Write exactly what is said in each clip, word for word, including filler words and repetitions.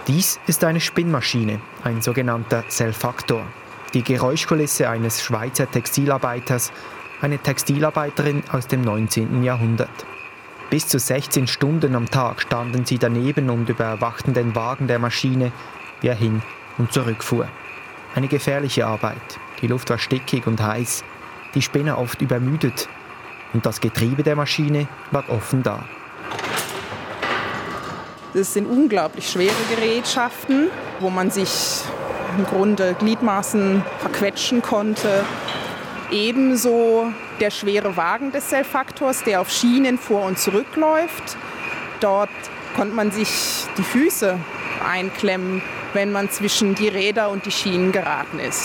Dies ist eine Spinnmaschine, ein sogenannter Selfaktor. Die Geräuschkulisse eines Schweizer Textilarbeiters, eine Textilarbeiterin aus dem neunzehnten Jahrhundert. Bis zu sechzehn Stunden am Tag standen sie daneben und überwachten den Wagen der Maschine, wie er hin und zurück fuhr. Eine gefährliche Arbeit. Die Luft war stickig und heiß, die Spinner oft übermüdet und das Getriebe der Maschine lag offen da. Das sind unglaublich schwere Gerätschaften, wo man sich im Grunde Gliedmaßen verquetschen konnte. Ebenso der schwere Wagen des Selfaktors, der auf Schienen vor und zurück läuft. Dort konnte man sich die Füße einklemmen, wenn man zwischen die Räder und die Schienen geraten ist.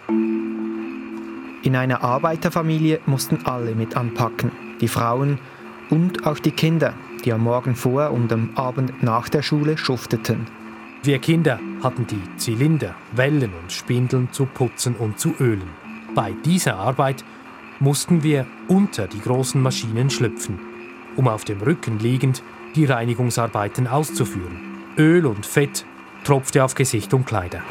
In einer Arbeiterfamilie mussten alle mit anpacken, die Frauen und auch die Kinder, die am Morgen vor und am Abend nach der Schule schufteten. Wir Kinder hatten die Zylinder, Wellen und Spindeln zu putzen und zu ölen. Bei dieser Arbeit mussten wir unter die großen Maschinen schlüpfen, um auf dem Rücken liegend die Reinigungsarbeiten auszuführen. Öl und Fett tropfte auf Gesicht und Kleider.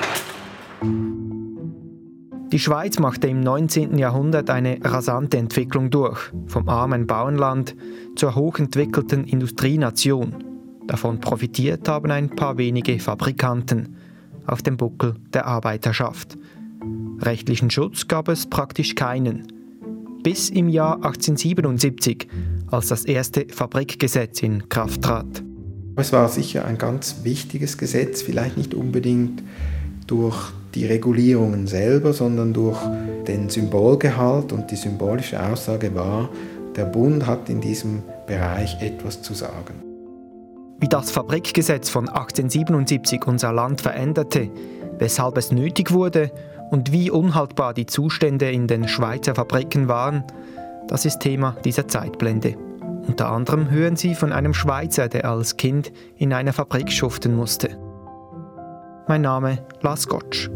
Die Schweiz machte im neunzehnten Jahrhundert eine rasante Entwicklung durch, vom armen Bauernland zur hochentwickelten Industrienation. Davon profitiert haben ein paar wenige Fabrikanten auf dem Buckel der Arbeiterschaft. Rechtlichen Schutz gab es praktisch keinen. Bis im Jahr achtzehnhundertsiebenundsiebzig, als das erste Fabrikgesetz in Kraft trat. Es war sicher ein ganz wichtiges Gesetz, vielleicht nicht unbedingt durch die Regulierungen selber, sondern durch den Symbolgehalt, und die symbolische Aussage war, der Bund hat in diesem Bereich etwas zu sagen. Wie das Fabrikgesetz von achtzehnhundertsiebenundsiebzig unser Land veränderte, weshalb es nötig wurde und wie unhaltbar die Zustände in den Schweizer Fabriken waren, das ist Thema dieser Zeitblende. Unter anderem hören Sie von einem Schweizer, der als Kind in einer Fabrik schuften musste. Mein Name Lars Gottsch.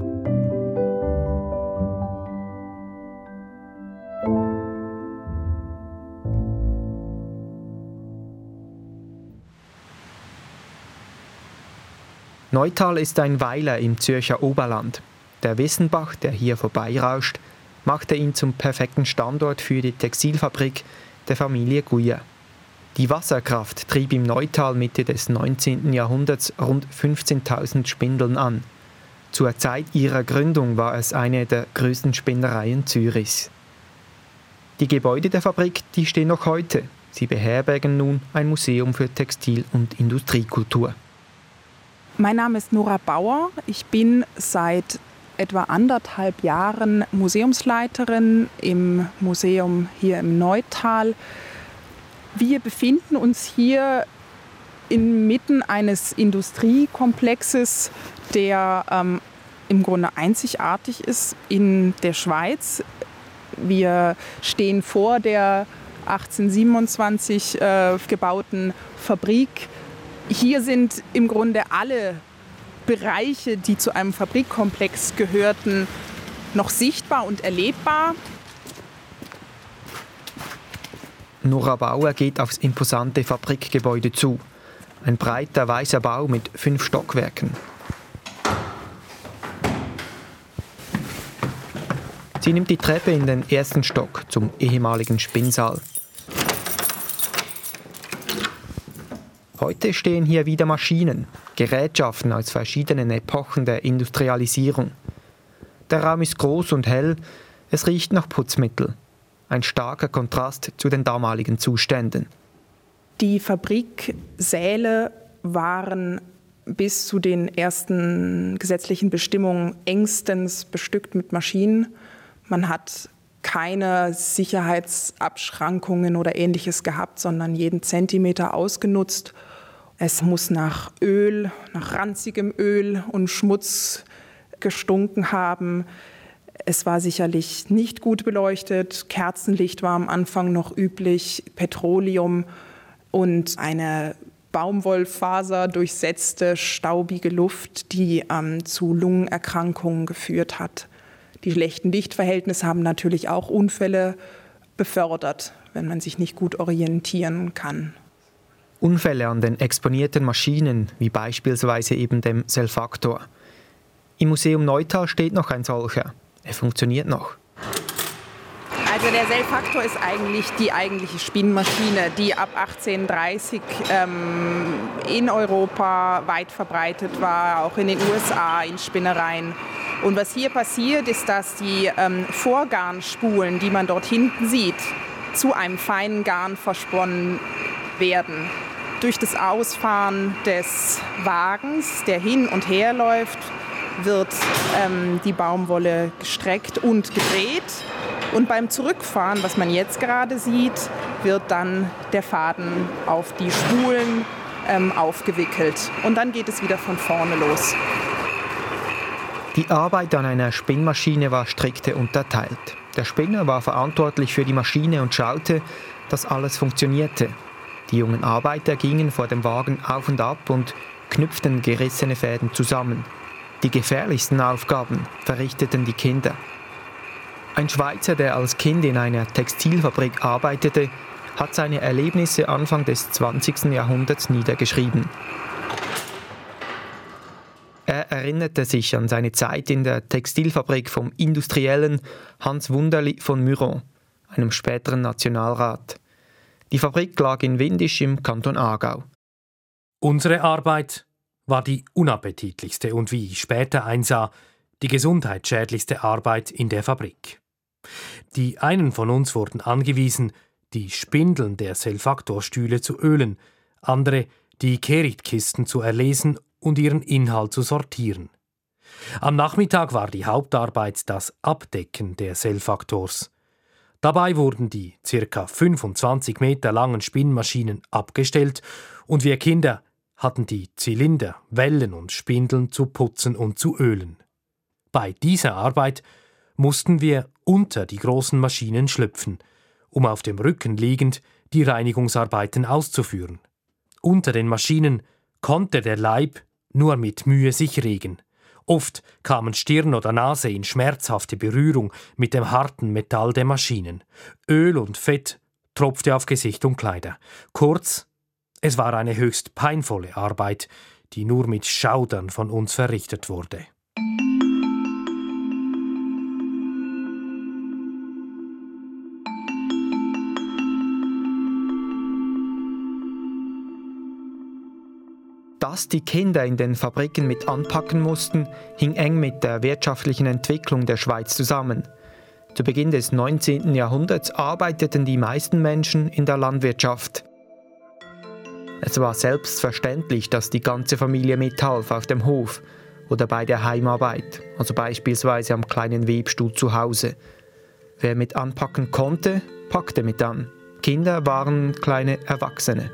Neutal ist ein Weiler im Zürcher Oberland. Der Wissenbach, der hier vorbeirauscht, machte ihn zum perfekten Standort für die Textilfabrik der Familie Guyer. Die Wasserkraft trieb im Neutal Mitte des neunzehnten Jahrhunderts rund fünfzehntausend Spindeln an. Zur Zeit ihrer Gründung war es eine der größten Spinnereien Zürichs. Die Gebäude der Fabrik, die stehen noch heute. Sie beherbergen nun ein Museum für Textil- und Industriekultur. Mein Name ist Nora Bauer. Ich bin seit etwa anderthalb Jahren Museumsleiterin im Museum hier im Neutal. Wir befinden uns hier inmitten eines Industriekomplexes, der ähm, im Grunde einzigartig ist in der Schweiz. Wir stehen vor der achtzehnhundertsiebenundzwanzig äh, gebauten Fabrik. Hier sind im Grunde alle Bereiche, die zu einem Fabrikkomplex gehörten, noch sichtbar und erlebbar. Nora Bauer geht aufs imposante Fabrikgebäude zu. Ein breiter weißer Bau mit fünf Stockwerken. Sie nimmt die Treppe in den ersten Stock zum ehemaligen Spinnsaal. Heute stehen hier wieder Maschinen, Gerätschaften aus verschiedenen Epochen der Industrialisierung. Der Raum ist groß und hell, es riecht nach Putzmittel. Ein starker Kontrast zu den damaligen Zuständen. Die Fabriksäle waren bis zu den ersten gesetzlichen Bestimmungen engstens bestückt mit Maschinen. Man hat keine Sicherheitsabschrankungen oder Ähnliches gehabt, sondern jeden Zentimeter ausgenutzt. Es muss nach Öl, nach ranzigem Öl und Schmutz gestunken haben. Es war sicherlich nicht gut beleuchtet. Kerzenlicht war am Anfang noch üblich, Petroleum und eine Baumwollfaser durchsetzte, staubige Luft, die ähm, zu Lungenerkrankungen geführt hat. Die schlechten Lichtverhältnisse haben natürlich auch Unfälle befördert, wenn man sich nicht gut orientieren kann. Unfälle an den exponierten Maschinen, wie beispielsweise eben dem Selfaktor. Im Museum Neutal steht noch ein solcher. Er funktioniert noch. Also der Selfaktor ist eigentlich die eigentliche Spinnmaschine, die ab achtzehnhundertdreißig ähm, in Europa weit verbreitet war, auch in den U S A in Spinnereien. Und was hier passiert, ist, dass die ähm, Vorgarnspulen, die man dort hinten sieht, zu einem feinen Garn versponnen werden. Durch das Ausfahren des Wagens, der hin und her läuft, wird ähm, die Baumwolle gestreckt und gedreht. Und beim Zurückfahren, was man jetzt gerade sieht, wird dann der Faden auf die Spulen ähm, aufgewickelt. Und dann geht es wieder von vorne los. Die Arbeit an einer Spinnmaschine war strikte unterteilt. Der Spinner war verantwortlich für die Maschine und schaute, dass alles funktionierte. Die jungen Arbeiter gingen vor dem Wagen auf und ab und knüpften gerissene Fäden zusammen. Die gefährlichsten Aufgaben verrichteten die Kinder. Ein Schweizer, der als Kind in einer Textilfabrik arbeitete, hat seine Erlebnisse Anfang des zwanzigsten Jahrhunderts niedergeschrieben. Er erinnerte sich an seine Zeit in der Textilfabrik vom Industriellen Hans Wunderli von Meuron, einem späteren Nationalrat. Die Fabrik lag in Windisch im Kanton Aargau. Unsere Arbeit war die unappetitlichste und, wie ich später einsah, die gesundheitsschädlichste Arbeit in der Fabrik. Die einen von uns wurden angewiesen, die Spindeln der Selfaktorstühle zu ölen, andere die Kehrichtkisten zu erlesen und ihren Inhalt zu sortieren. Am Nachmittag war die Hauptarbeit das Abdecken der Selfaktors. Dabei wurden die ca. fünfundzwanzig Meter langen Spinnmaschinen abgestellt und wir Kinder hatten die Zylinder, Wellen und Spindeln zu putzen und zu ölen. Bei dieser Arbeit mussten wir unter die großen Maschinen schlüpfen, um auf dem Rücken liegend die Reinigungsarbeiten auszuführen. Unter den Maschinen konnte der Leib nur mit Mühe sich regen. Oft kamen Stirn oder Nase in schmerzhafte Berührung mit dem harten Metall der Maschinen. Öl und Fett tropfte auf Gesicht und Kleider. Kurz, es war eine höchst peinvolle Arbeit, die nur mit Schaudern von uns verrichtet wurde. Dass die Kinder in den Fabriken mit anpacken mussten, hing eng mit der wirtschaftlichen Entwicklung der Schweiz zusammen. Zu Beginn des neunzehnten Jahrhunderts arbeiteten die meisten Menschen in der Landwirtschaft. Es war selbstverständlich, dass die ganze Familie mithalf auf dem Hof oder bei der Heimarbeit, also beispielsweise am kleinen Webstuhl zu Hause. Wer mit anpacken konnte, packte mit an. Kinder waren kleine Erwachsene.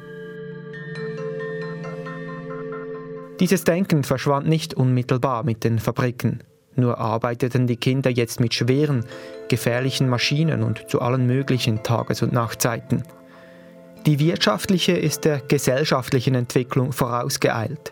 Dieses Denken verschwand nicht unmittelbar mit den Fabriken. Nur arbeiteten die Kinder jetzt mit schweren, gefährlichen Maschinen und zu allen möglichen Tages- und Nachtzeiten. Die wirtschaftliche ist der gesellschaftlichen Entwicklung vorausgeeilt.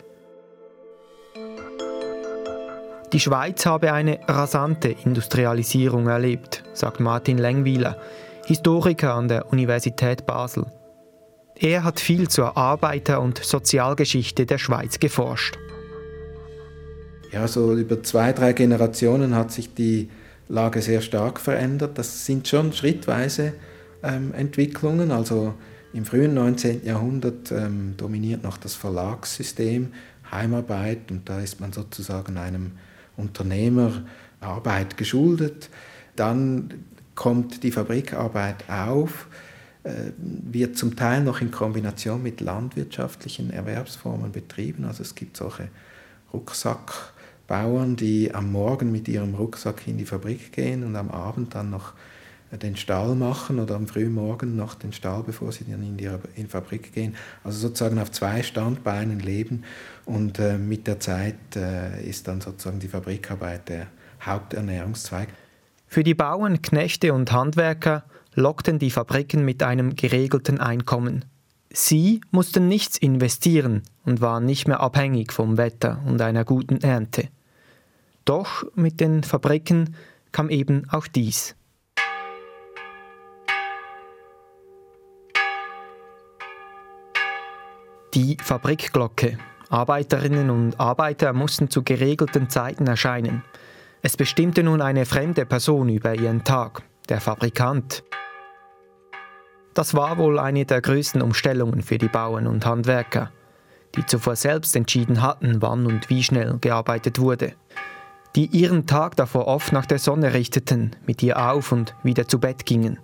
Die Schweiz habe eine rasante Industrialisierung erlebt, sagt Martin Lengwiler, Historiker an der Universität Basel. Er hat viel zur Arbeiter- und Sozialgeschichte der Schweiz geforscht. Ja, so über zwei, drei Generationen hat sich die Lage sehr stark verändert. Das sind schon schrittweise ähm, Entwicklungen. Also im frühen neunzehnten Jahrhundert ähm, dominiert noch das Verlagssystem, Heimarbeit, und da ist man sozusagen einem Unternehmer Arbeit geschuldet. Dann kommt die Fabrikarbeit auf, wird zum Teil noch in Kombination mit landwirtschaftlichen Erwerbsformen betrieben. Also es gibt solche Rucksackbauern, die am Morgen mit ihrem Rucksack in die Fabrik gehen und am Abend dann noch den Stall machen oder am frühen Morgen noch den Stall, bevor sie dann in die, in die Fabrik gehen. Also sozusagen auf zwei Standbeinen leben, und äh, mit der Zeit äh, ist dann sozusagen die Fabrikarbeit der Haupternährungszweig. Für die Bauern, Knechte und Handwerker lockten die Fabriken mit einem geregelten Einkommen. Sie mussten nichts investieren und waren nicht mehr abhängig vom Wetter und einer guten Ernte. Doch mit den Fabriken kam eben auch dies. Die Fabrikglocke. Arbeiterinnen und Arbeiter mussten zu geregelten Zeiten erscheinen. Es bestimmte nun eine fremde Person über ihren Tag, der Fabrikant. Das war wohl eine der größten Umstellungen für die Bauern und Handwerker, die zuvor selbst entschieden hatten, wann und wie schnell gearbeitet wurde. Die ihren Tag davor oft nach der Sonne richteten, mit ihr auf und wieder zu Bett gingen.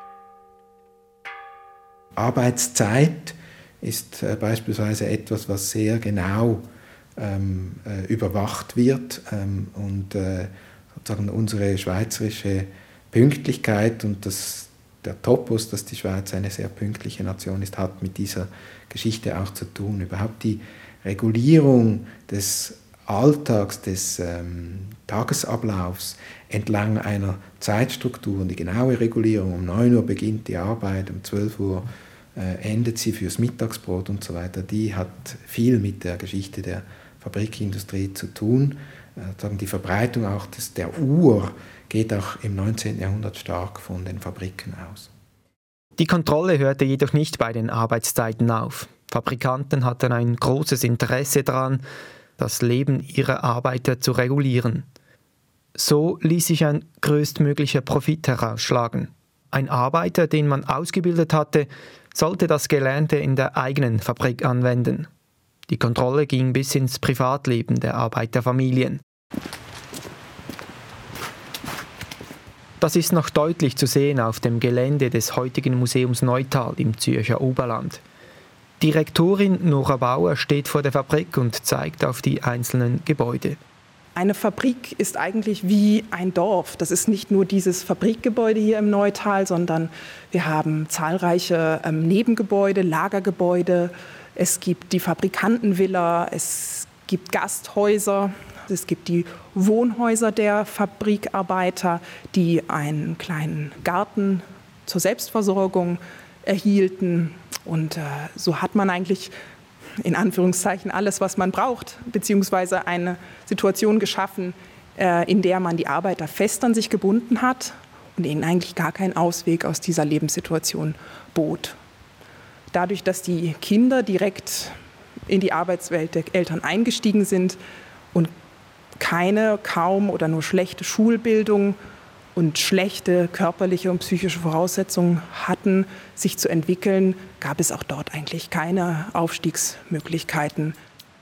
Arbeitszeit ist äh, beispielsweise etwas, was sehr genau ähm, äh, überwacht wird ähm, und äh, sozusagen unsere schweizerische Pünktlichkeit und das, der Topos, dass die Schweiz eine sehr pünktliche Nation ist, hat mit dieser Geschichte auch zu tun. Überhaupt die Regulierung des Alltags, des ähm, Tagesablaufs entlang einer Zeitstruktur und die genaue Regulierung, um neun Uhr beginnt die Arbeit, um zwölf Uhr äh, endet sie fürs Mittagsbrot und so weiter, die hat viel mit der Geschichte der Fabrikindustrie zu tun. Äh, die Verbreitung auch des, der Uhr geht auch im neunzehnten Jahrhundert stark von den Fabriken aus. Die Kontrolle hörte jedoch nicht bei den Arbeitszeiten auf. Fabrikanten hatten ein großes Interesse daran, das Leben ihrer Arbeiter zu regulieren. So ließ sich ein größtmöglicher Profit herausschlagen. Ein Arbeiter, den man ausgebildet hatte, sollte das Gelernte in der eigenen Fabrik anwenden. Die Kontrolle ging bis ins Privatleben der Arbeiterfamilien. Das ist noch deutlich zu sehen auf dem Gelände des heutigen Museums Neutal im Zürcher Oberland. Direktorin Nora Bauer steht vor der Fabrik und zeigt auf die einzelnen Gebäude. Eine Fabrik ist eigentlich wie ein Dorf. Das ist nicht nur dieses Fabrikgebäude hier im Neutal, sondern wir haben zahlreiche ähm, Nebengebäude, Lagergebäude. Es gibt die Fabrikantenvilla, es gibt Gasthäuser, es gibt die Wohnhäuser der Fabrikarbeiter, die einen kleinen Garten zur Selbstversorgung erhielten. Und äh, so hat man eigentlich in Anführungszeichen alles, was man braucht, beziehungsweise eine Situation geschaffen, äh, in der man die Arbeiter fest an sich gebunden hat und ihnen eigentlich gar keinen Ausweg aus dieser Lebenssituation bot. Dadurch, dass die Kinder direkt in die Arbeitswelt der Eltern eingestiegen sind und keine, kaum oder nur schlechte Schulbildung und schlechte körperliche und psychische Voraussetzungen hatten, sich zu entwickeln, gab es auch dort eigentlich keine Aufstiegsmöglichkeiten.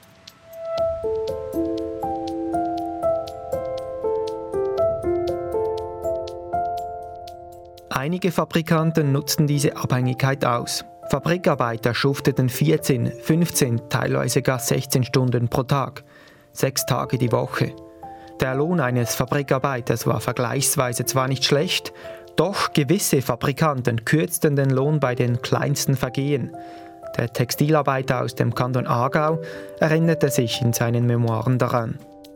Einige Fabrikanten nutzten diese Abhängigkeit aus. Fabrikarbeiter schufteten vierzehn, fünfzehn, teilweise gar sechzehn Stunden pro Tag, sechs Tage die Woche. Der Lohn eines Fabrikarbeiters war vergleichsweise zwar nicht schlecht, doch gewisse Fabrikanten kürzten den Lohn bei den kleinsten Vergehen. Der Textilarbeiter aus dem Kanton Aargau erinnerte sich in seinen Memoiren daran.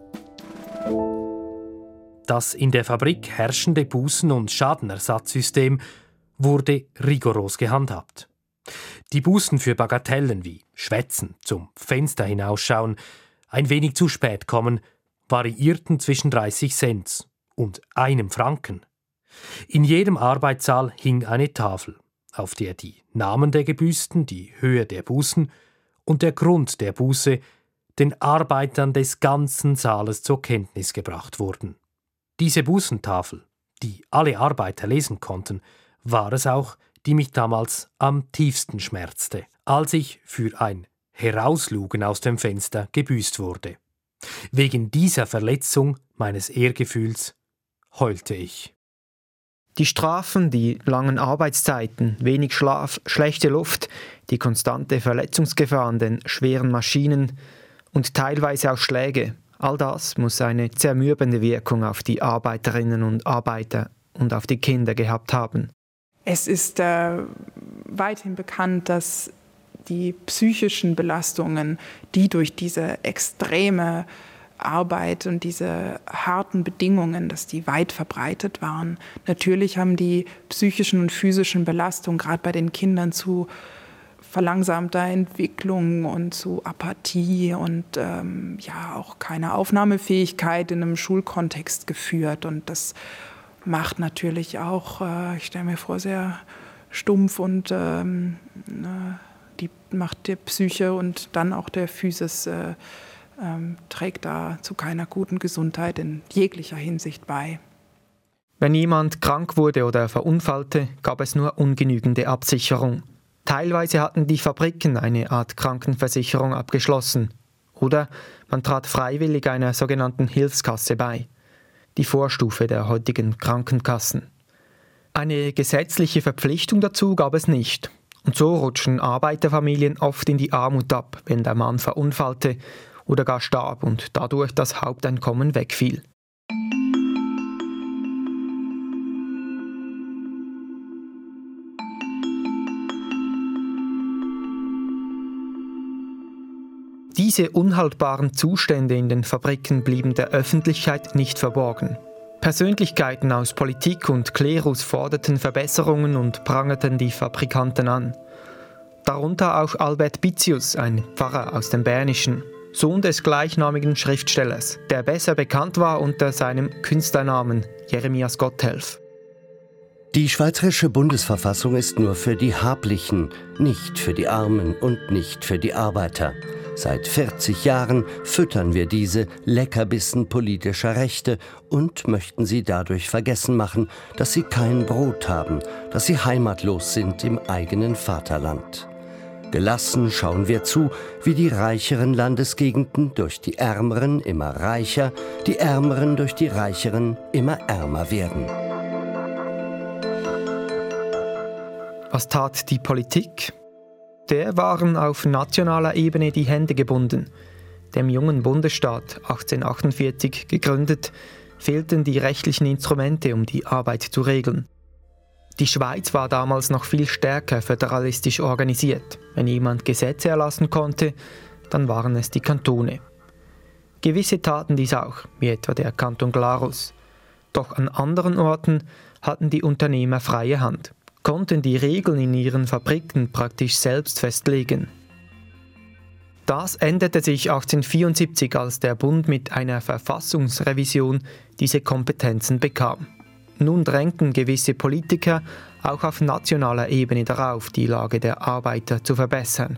Das in der Fabrik herrschende Bußen- und Schadenersatzsystem wurde rigoros gehandhabt. Die Bußen für Bagatellen wie Schwätzen, zum Fenster hinausschauen, ein wenig zu spät kommen, variierten zwischen dreißig Cent und einem Franken. In jedem Arbeitssaal hing eine Tafel, auf der die Namen der Gebüßten, die Höhe der Bußen und der Grund der Buße den Arbeitern des ganzen Saales zur Kenntnis gebracht wurden. Diese Bußentafel, die alle Arbeiter lesen konnten, war es auch, die mich damals am tiefsten schmerzte, als ich für ein Herauslugen aus dem Fenster gebüßt wurde. Wegen dieser Verletzung meines Ehrgefühls heulte ich. Die Strafen, die langen Arbeitszeiten, wenig Schlaf, schlechte Luft, die konstante Verletzungsgefahr an den schweren Maschinen und teilweise auch Schläge, all das muss eine zermürbende Wirkung auf die Arbeiterinnen und Arbeiter und auf die Kinder gehabt haben. Es ist äh, weithin bekannt, dass die psychischen Belastungen, die durch diese extreme Arbeit und diese harten Bedingungen, dass die weit verbreitet waren. Natürlich haben die psychischen und physischen Belastungen gerade bei den Kindern zu verlangsamter Entwicklung und zu Apathie und ähm, ja auch keine Aufnahmefähigkeit in einem Schulkontext geführt. Und das macht natürlich auch, äh, ich stelle mir vor, sehr stumpf und ähm, die Macht der Psyche und dann auch der Physis äh, ähm, trägt da zu keiner guten Gesundheit in jeglicher Hinsicht bei. Wenn jemand krank wurde oder verunfallte, gab es nur ungenügende Absicherung. Teilweise hatten die Fabriken eine Art Krankenversicherung abgeschlossen. Oder man trat freiwillig einer sogenannten Hilfskasse bei. Die Vorstufe der heutigen Krankenkassen. Eine gesetzliche Verpflichtung dazu gab es nicht. Und so rutschen Arbeiterfamilien oft in die Armut ab, wenn der Mann verunfallte oder gar starb und dadurch das Haupteinkommen wegfiel. Diese unhaltbaren Zustände in den Fabriken blieben der Öffentlichkeit nicht verborgen. Persönlichkeiten aus Politik und Klerus forderten Verbesserungen und prangerten die Fabrikanten an. Darunter auch Albert Bitzius, ein Pfarrer aus dem Bernischen, Sohn des gleichnamigen Schriftstellers, der besser bekannt war unter seinem Künstlernamen Jeremias Gotthelf. Die Schweizerische Bundesverfassung ist nur für die Hablichen, nicht für die Armen und nicht für die Arbeiter. Seit vierzig Jahren füttern wir diese Leckerbissen politischer Rechte und möchten sie dadurch vergessen machen, dass sie kein Brot haben, dass sie heimatlos sind im eigenen Vaterland. Gelassen schauen wir zu, wie die reicheren Landesgegenden durch die ärmeren immer reicher, die ärmeren durch die reicheren immer ärmer werden. Was tat die Politik? Der waren auf nationaler Ebene die Hände gebunden. Dem jungen Bundesstaat achtzehnhundertachtundvierzig gegründet, fehlten die rechtlichen Instrumente, um die Arbeit zu regeln. Die Schweiz war damals noch viel stärker föderalistisch organisiert. Wenn jemand Gesetze erlassen konnte, dann waren es die Kantone. Gewisse taten dies auch, wie etwa der Kanton Glarus. Doch an anderen Orten hatten die Unternehmer freie Hand, konnten die Regeln in ihren Fabriken praktisch selbst festlegen. Das änderte sich achtzehnhundertvierundsiebzig, als der Bund mit einer Verfassungsrevision diese Kompetenzen bekam. Nun drängten gewisse Politiker auch auf nationaler Ebene darauf, die Lage der Arbeiter zu verbessern.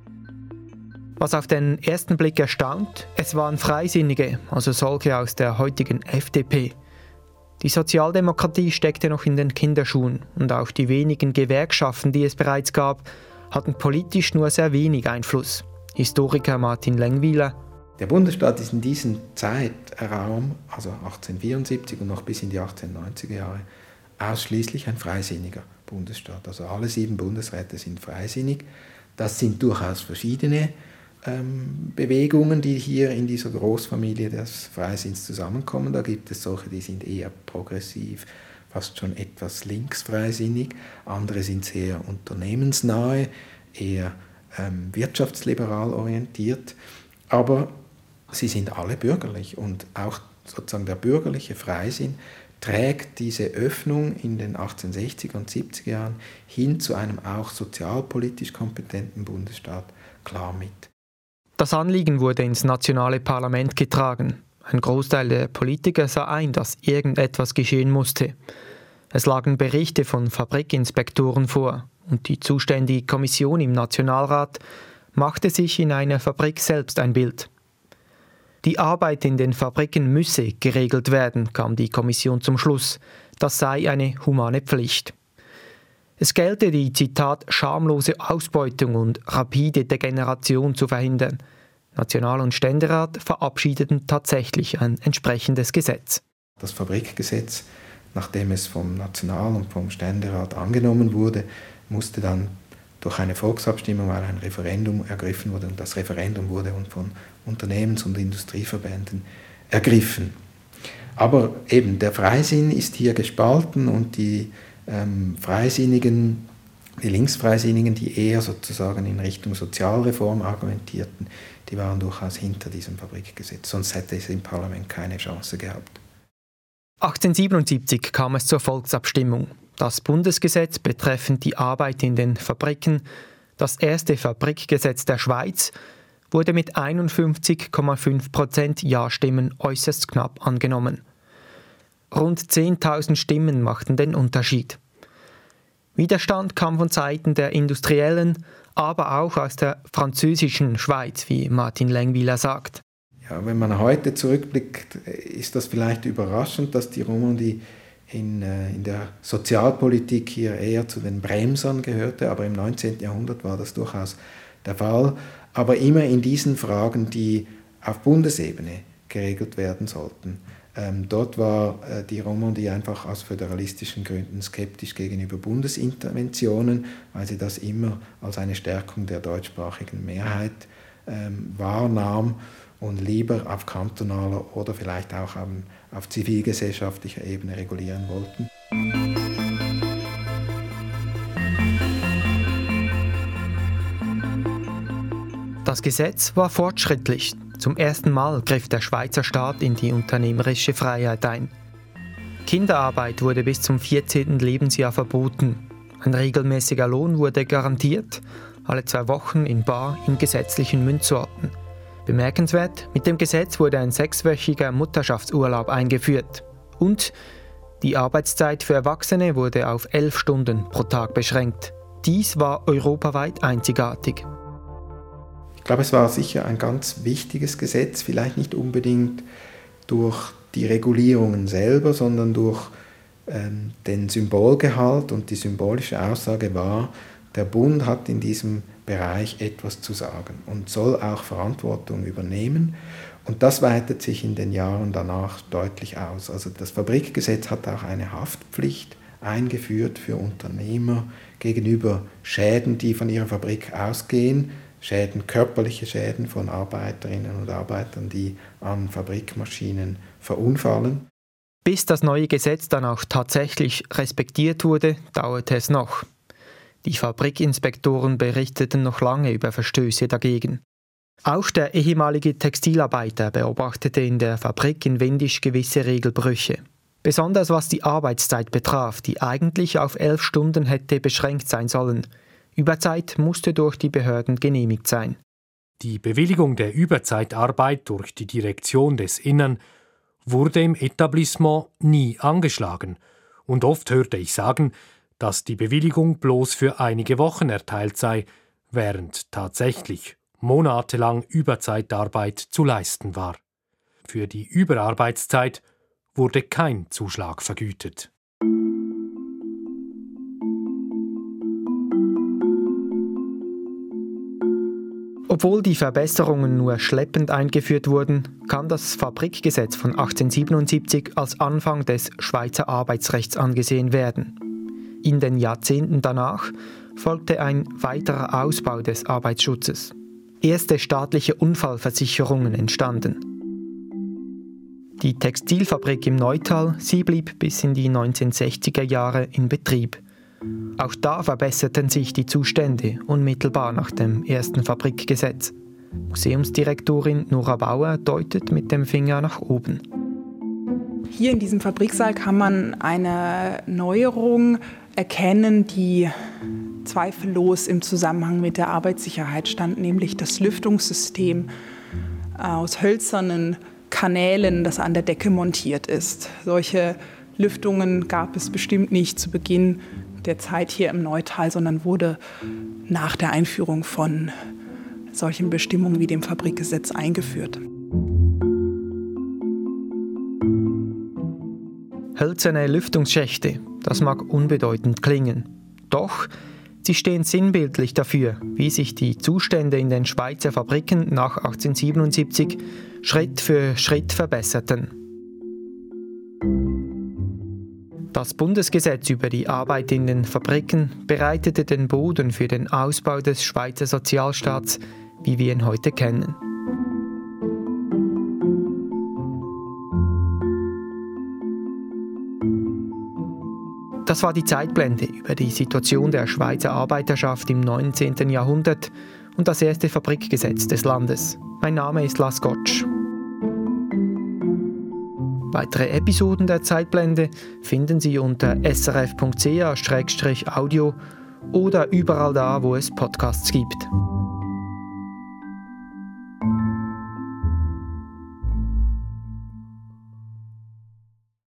Was auf den ersten Blick erstaunt, es waren Freisinnige, also solche aus der heutigen F D P. Die Sozialdemokratie steckte noch in den Kinderschuhen und auch die wenigen Gewerkschaften, die es bereits gab, hatten politisch nur sehr wenig Einfluss. Historiker Martin Lengwiler: Der Bundesstaat ist in diesem Zeitraum, also achtzehnhundertvierundsiebzig und noch bis in die achtzehnhundertneunziger Jahre, ausschließlich ein freisinniger Bundesstaat. Also alle sieben Bundesräte sind freisinnig. Das sind durchaus verschiedene ähm, Bewegungen, die hier in dieser Großfamilie des Freisinns zusammenkommen. Da gibt es solche, die sind eher progressiv, fast schon etwas linksfreisinnig. Andere sind sehr unternehmensnahe, eher ähm, wirtschaftsliberal orientiert. Aber sie sind alle bürgerlich und auch sozusagen der bürgerliche Freisinn trägt diese Öffnung in den achtzehnhundertsechziger und siebziger Jahren hin zu einem auch sozialpolitisch kompetenten Bundesstaat klar mit. Das Anliegen wurde ins nationale Parlament getragen. Ein Großteil der Politiker sah ein, dass irgendetwas geschehen musste. Es lagen Berichte von Fabrikinspektoren vor und die zuständige Kommission im Nationalrat machte sich in einer Fabrik selbst ein Bild. Die Arbeit in den Fabriken müsse geregelt werden, kam die Kommission zum Schluss. Das sei eine humane Pflicht. Es gelte die, Zitat, schamlose Ausbeutung und rapide Degeneration zu verhindern. National- und Ständerat verabschiedeten tatsächlich ein entsprechendes Gesetz. Das Fabrikgesetz, nachdem es vom National- und vom Ständerat angenommen wurde, musste dann durch eine Volksabstimmung, weil ein Referendum ergriffen wurde, und das Referendum wurde von Unternehmens- und Industrieverbänden ergriffen. Aber eben der Freisinn ist hier gespalten und die ähm, Freisinnigen, die Linksfreisinnigen, die eher sozusagen in Richtung Sozialreform argumentierten, die waren durchaus hinter diesem Fabrikgesetz, sonst hätte es im Parlament keine Chance gehabt. achtzehnhundertsiebenundsiebzig kam es zur Volksabstimmung. Das Bundesgesetz betreffend die Arbeit in den Fabriken, das erste Fabrikgesetz der Schweiz, wurde mit einundfünfzig Komma fünf Prozent Ja-Stimmen äußerst knapp angenommen. Rund zehntausend Stimmen machten den Unterschied. Widerstand kam von Seiten der Industriellen, aber auch aus der französischen Schweiz, wie Martin Lengwiller sagt. Ja, wenn man heute zurückblickt, ist das vielleicht überraschend, dass die Romandie in, äh, in der Sozialpolitik hier eher zu den Bremsern gehörte, aber im neunzehnten Jahrhundert war das durchaus der Fall. Aber immer in diesen Fragen, die auf Bundesebene geregelt werden sollten. Ähm, dort war äh, die Romandie einfach aus föderalistischen Gründen skeptisch gegenüber Bundesinterventionen, weil sie das immer als eine Stärkung der deutschsprachigen Mehrheit ähm, wahrnahm und lieber auf kantonaler oder vielleicht auch auf, auf zivilgesellschaftlicher Ebene regulieren wollten. Das Gesetz war fortschrittlich. Zum ersten Mal griff der Schweizer Staat in die unternehmerische Freiheit ein. Kinderarbeit wurde bis zum vierzehnten Lebensjahr verboten. Ein regelmäßiger Lohn wurde garantiert, alle zwei Wochen in bar in gesetzlichen Münzsorten. Bemerkenswert, mit dem Gesetz wurde ein sechswöchiger Mutterschaftsurlaub eingeführt. Und die Arbeitszeit für Erwachsene wurde auf elf Stunden pro Tag beschränkt. Dies war europaweit einzigartig. Ich glaube, es war sicher ein ganz wichtiges Gesetz, vielleicht nicht unbedingt durch die Regulierungen selber, sondern durch ähm, den Symbolgehalt, und die symbolische Aussage war, der Bund hat in diesem Bereich etwas zu sagen und soll auch Verantwortung übernehmen. Und das weitet sich in den Jahren danach deutlich aus. Also das Fabrikgesetz hat auch eine Haftpflicht eingeführt für Unternehmer gegenüber Schäden, die von ihrer Fabrik ausgehen. Schäden, körperliche Schäden von Arbeiterinnen und Arbeitern, die an Fabrikmaschinen verunfallen. Bis das neue Gesetz dann auch tatsächlich respektiert wurde, dauerte es noch. Die Fabrikinspektoren berichteten noch lange über Verstöße dagegen. Auch der ehemalige Textilarbeiter beobachtete in der Fabrik in Windisch gewisse Regelbrüche. Besonders was die Arbeitszeit betraf, die eigentlich auf elf Stunden hätte beschränkt sein sollen. Überzeit musste durch die Behörden genehmigt sein. Die Bewilligung der Überzeitarbeit durch die Direktion des Innern wurde im Etablissement nie angeschlagen. Und oft hörte ich sagen, dass die Bewilligung bloß für einige Wochen erteilt sei, während tatsächlich monatelang Überzeitarbeit zu leisten war. Für die Überarbeitszeit wurde kein Zuschlag vergütet. Obwohl die Verbesserungen nur schleppend eingeführt wurden, kann das Fabrikgesetz von achtzehnhundertsiebenundsiebzig als Anfang des Schweizer Arbeitsrechts angesehen werden. In den Jahrzehnten danach folgte ein weiterer Ausbau des Arbeitsschutzes. Erste staatliche Unfallversicherungen entstanden. Die Textilfabrik im Neutal, sie blieb bis in die neunzehnhundertsechziger Jahre in Betrieb. Auch da verbesserten sich die Zustände unmittelbar nach dem ersten Fabrikgesetz. Museumsdirektorin Nora Bauer deutet mit dem Finger nach oben. Hier in diesem Fabriksaal kann man eine Neuerung erkennen, die zweifellos im Zusammenhang mit der Arbeitssicherheit stand, nämlich das Lüftungssystem aus hölzernen Kanälen, das an der Decke montiert ist. Solche Lüftungen gab es bestimmt nicht zu Beginn der Zeit hier im Neutal, sondern wurde nach der Einführung von solchen Bestimmungen wie dem Fabrikgesetz eingeführt. Hölzerne Lüftungsschächte, das mag unbedeutend klingen. Doch sie stehen sinnbildlich dafür, wie sich die Zustände in den Schweizer Fabriken nach achtzehnhundertsiebenundsiebzig Schritt für Schritt verbesserten. Das Bundesgesetz über die Arbeit in den Fabriken bereitete den Boden für den Ausbau des Schweizer Sozialstaats, wie wir ihn heute kennen. Das war die Zeitblende über die Situation der Schweizer Arbeiterschaft im neunzehnten Jahrhundert und das erste Fabrikgesetz des Landes. Mein Name ist Lars Gottsch. Weitere Episoden der Zeitblende finden Sie unter s r f punkt c h slash audio oder überall da, wo es Podcasts gibt.